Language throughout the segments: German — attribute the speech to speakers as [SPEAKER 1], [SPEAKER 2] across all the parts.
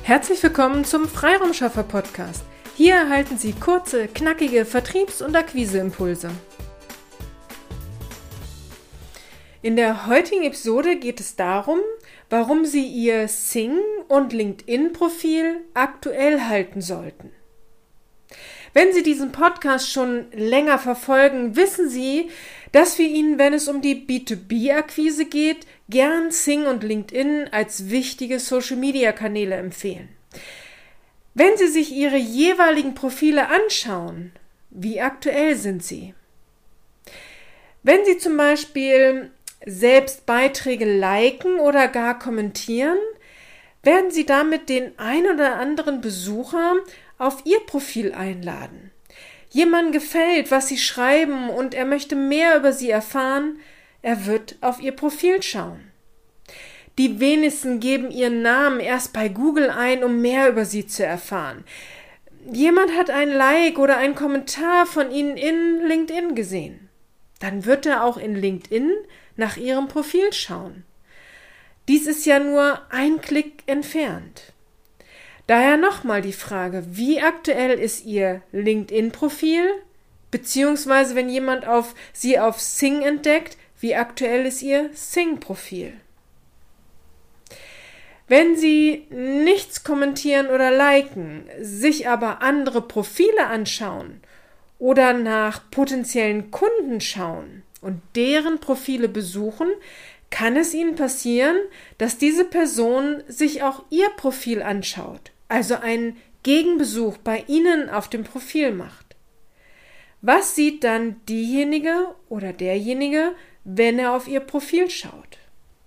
[SPEAKER 1] Herzlich willkommen zum Freiraumschaffer-Podcast. Hier erhalten Sie kurze, knackige Vertriebs- und Akquiseimpulse. In der heutigen Episode geht es darum, warum Sie Ihr Xing- und LinkedIn-Profil aktuell halten sollten. Wenn Sie diesen Podcast schon länger verfolgen, wissen Sie, dass wir Ihnen, wenn es um die B2B-Akquise geht, gern Xing und LinkedIn als wichtige Social-Media-Kanäle empfehlen. Wenn Sie sich Ihre jeweiligen Profile anschauen, wie aktuell sind sie? Wenn Sie zum Beispiel selbst Beiträge liken oder gar kommentieren, werden Sie damit den ein oder anderen Besucher auf Ihr Profil einladen. Jemandem gefällt, was Sie schreiben und er möchte mehr über Sie erfahren, er wird auf Ihr Profil schauen. Die wenigsten geben Ihren Namen erst bei Google ein, um mehr über Sie zu erfahren. Jemand hat ein Like oder einen Kommentar von Ihnen in LinkedIn gesehen. Dann wird er auch in LinkedIn nach Ihrem Profil schauen. Dies ist ja nur ein Klick entfernt. Daher nochmal die Frage, wie aktuell ist Ihr LinkedIn-Profil? Beziehungsweise wenn jemand Sie auf Xing entdeckt, wie aktuell ist Ihr Xing-Profil? Wenn Sie nichts kommentieren oder liken, sich aber andere Profile anschauen oder nach potenziellen Kunden schauen und deren Profile besuchen, kann es Ihnen passieren, dass diese Person sich auch Ihr Profil anschaut, also einen Gegenbesuch bei Ihnen auf dem Profil macht. Was sieht dann diejenige oder derjenige, wenn er auf Ihr Profil schaut?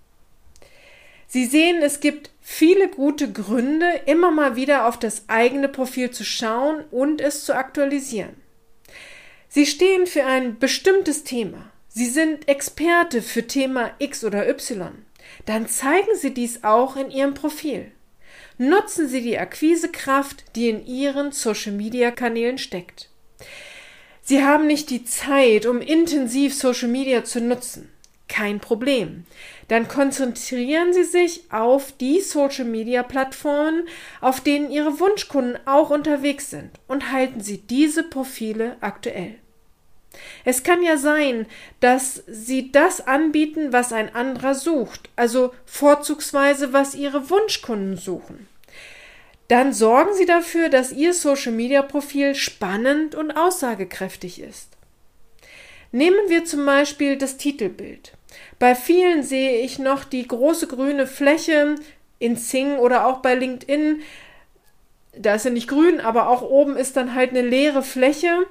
[SPEAKER 1] Sie sehen, es gibt viele gute Gründe, immer mal wieder auf das eigene Profil zu schauen und es zu aktualisieren. Sie stehen für ein bestimmtes Thema. Sie sind Experte für Thema X oder Y. Dann zeigen Sie dies auch in Ihrem Profil. Nutzen Sie die Akquisekraft, die in Ihren Social-Media-Kanälen steckt. Sie haben nicht die Zeit, um intensiv Social Media zu nutzen. Kein Problem. Dann konzentrieren Sie sich auf die Social-Media-Plattformen, auf denen Ihre Wunschkunden auch unterwegs sind und halten Sie diese Profile aktuell. Es kann ja sein, dass Sie das anbieten, was ein anderer sucht, also vorzugsweise, was Ihre Wunschkunden suchen. Dann sorgen Sie dafür, dass Ihr Social-Media-Profil spannend und aussagekräftig ist. Nehmen wir zum Beispiel das Titelbild. Bei vielen sehe ich noch die große grüne Fläche in Xing oder auch bei LinkedIn. Da ist ja nicht grün, aber auch oben ist dann halt eine leere Fläche.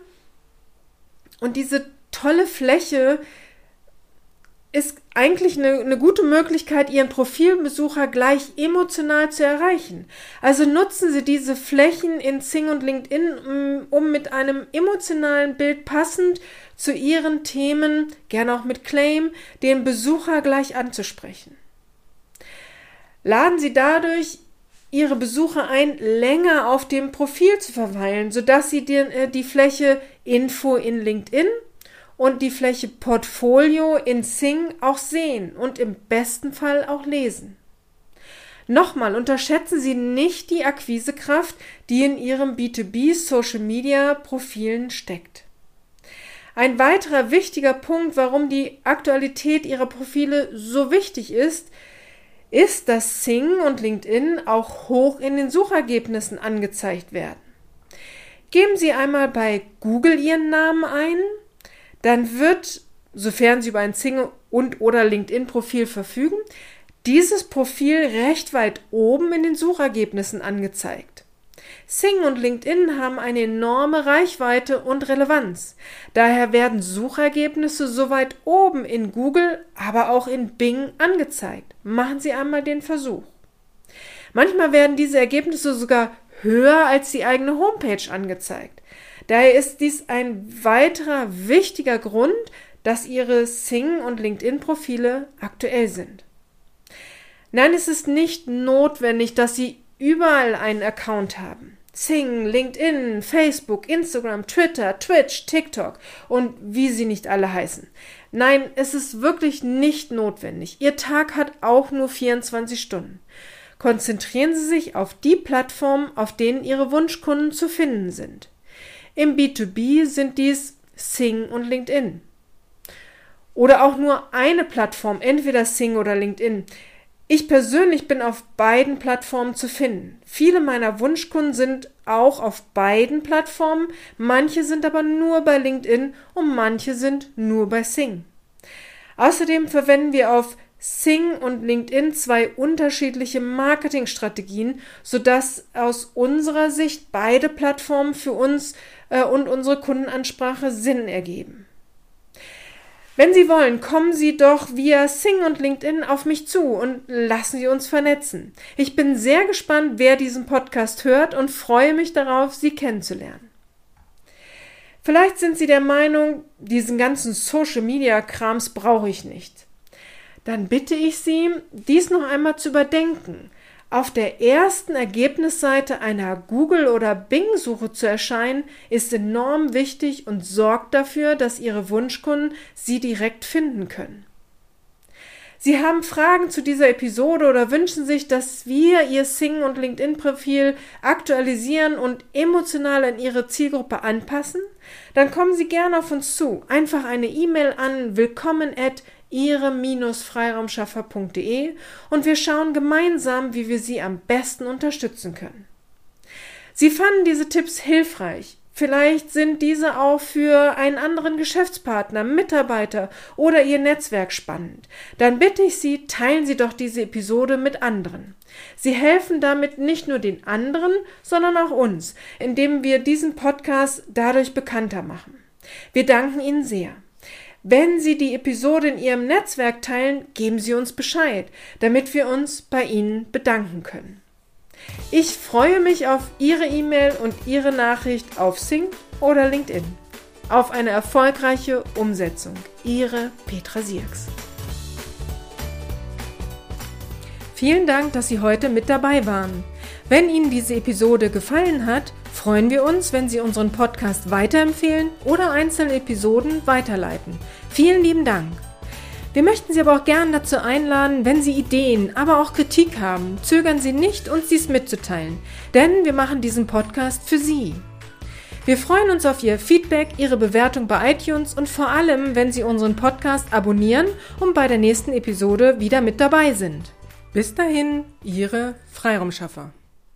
[SPEAKER 1] Und diese tolle Fläche ist eigentlich eine gute Möglichkeit, Ihren Profilbesucher gleich emotional zu erreichen. Also nutzen Sie diese Flächen in Xing und LinkedIn, um mit einem emotionalen Bild passend zu Ihren Themen, gerne auch mit Claim, den Besucher gleich anzusprechen. Laden Sie dadurch Ihre Besucher ein, länger auf dem Profil zu verweilen, sodass Sie die Fläche Info in LinkedIn und die Fläche Portfolio in Xing auch sehen und im besten Fall auch lesen. Nochmal, unterschätzen Sie nicht die Akquisekraft, die in Ihrem B2B-Social-Media-Profilen steckt. Ein weiterer wichtiger Punkt, warum die Aktualität Ihrer Profile so wichtig ist, dass Xing und LinkedIn auch hoch in den Suchergebnissen angezeigt werden. Geben Sie einmal bei Google Ihren Namen ein, dann wird, sofern Sie über ein Xing- und/oder LinkedIn-Profil verfügen, dieses Profil recht weit oben in den Suchergebnissen angezeigt. Xing und LinkedIn haben eine enorme Reichweite und Relevanz. Daher werden Suchergebnisse so weit oben in Google, aber auch in Bing angezeigt. Machen Sie einmal den Versuch. Manchmal werden diese Ergebnisse sogar höher als die eigene Homepage angezeigt. Daher ist dies ein weiterer wichtiger Grund, dass Ihre Xing- und LinkedIn-Profile aktuell sind. Nein, es ist nicht notwendig, dass Sie überall einen Account haben. Xing, LinkedIn, Facebook, Instagram, Twitter, Twitch, TikTok und wie sie nicht alle heißen. Nein, es ist wirklich nicht notwendig. Ihr Tag hat auch nur 24 Stunden. konzentrieren Sie sich auf die Plattformen, auf denen Ihre Wunschkunden zu finden sind. Im B2B sind dies Xing und LinkedIn. Oder auch nur eine Plattform, entweder Xing oder LinkedIn. Ich persönlich bin auf beiden Plattformen zu finden. Viele meiner Wunschkunden sind auch auf beiden Plattformen, manche sind aber nur bei LinkedIn und manche sind nur bei Xing. Außerdem verwenden wir auf Xing und LinkedIn 2 unterschiedliche Marketingstrategien, sodass aus unserer Sicht beide Plattformen für uns und unsere Kundenansprache Sinn ergeben. Wenn Sie wollen, kommen Sie doch via Xing und LinkedIn auf mich zu und lassen Sie uns vernetzen. Ich bin sehr gespannt, wer diesen Podcast hört und freue mich darauf, Sie kennenzulernen. Vielleicht sind Sie der Meinung, diesen ganzen Social-Media-Krams brauche ich nicht. Dann bitte ich Sie, dies noch einmal zu überdenken. Auf der ersten Ergebnisseite einer Google- oder Bing-Suche zu erscheinen, ist enorm wichtig und sorgt dafür, dass Ihre Wunschkunden Sie direkt finden können. Sie haben Fragen zu dieser Episode oder wünschen sich, dass wir Ihr Xing- und LinkedIn-Profil aktualisieren und emotional an Ihre Zielgruppe anpassen? Dann kommen Sie gerne auf uns zu. Einfach eine E-Mail an willkommen@ihre-freiraumschaffer.de und wir schauen gemeinsam, wie wir Sie am besten unterstützen können. Sie fanden diese Tipps hilfreich. Vielleicht sind diese auch für einen anderen Geschäftspartner, Mitarbeiter oder Ihr Netzwerk spannend. Dann bitte ich Sie, teilen Sie doch diese Episode mit anderen. Sie helfen damit nicht nur den anderen, sondern auch uns, indem wir diesen Podcast dadurch bekannter machen. Wir danken Ihnen sehr. Wenn Sie die Episode in Ihrem Netzwerk teilen, geben Sie uns Bescheid, damit wir uns bei Ihnen bedanken können. Ich freue mich auf Ihre E-Mail und Ihre Nachricht auf Xing oder LinkedIn. Auf eine erfolgreiche Umsetzung. Ihre Petra Sierks. Vielen Dank, dass Sie heute mit dabei waren. Wenn Ihnen diese Episode gefallen hat, freuen wir uns, wenn Sie unseren Podcast weiterempfehlen oder einzelne Episoden weiterleiten. Vielen lieben Dank. Wir möchten Sie aber auch gern dazu einladen, wenn Sie Ideen, aber auch Kritik haben, zögern Sie nicht, uns dies mitzuteilen, denn wir machen diesen Podcast für Sie. Wir freuen uns auf Ihr Feedback, Ihre Bewertung bei iTunes und vor allem, wenn Sie unseren Podcast abonnieren und bei der nächsten Episode wieder mit dabei sind. Bis dahin, Ihre Freiraumschaffer.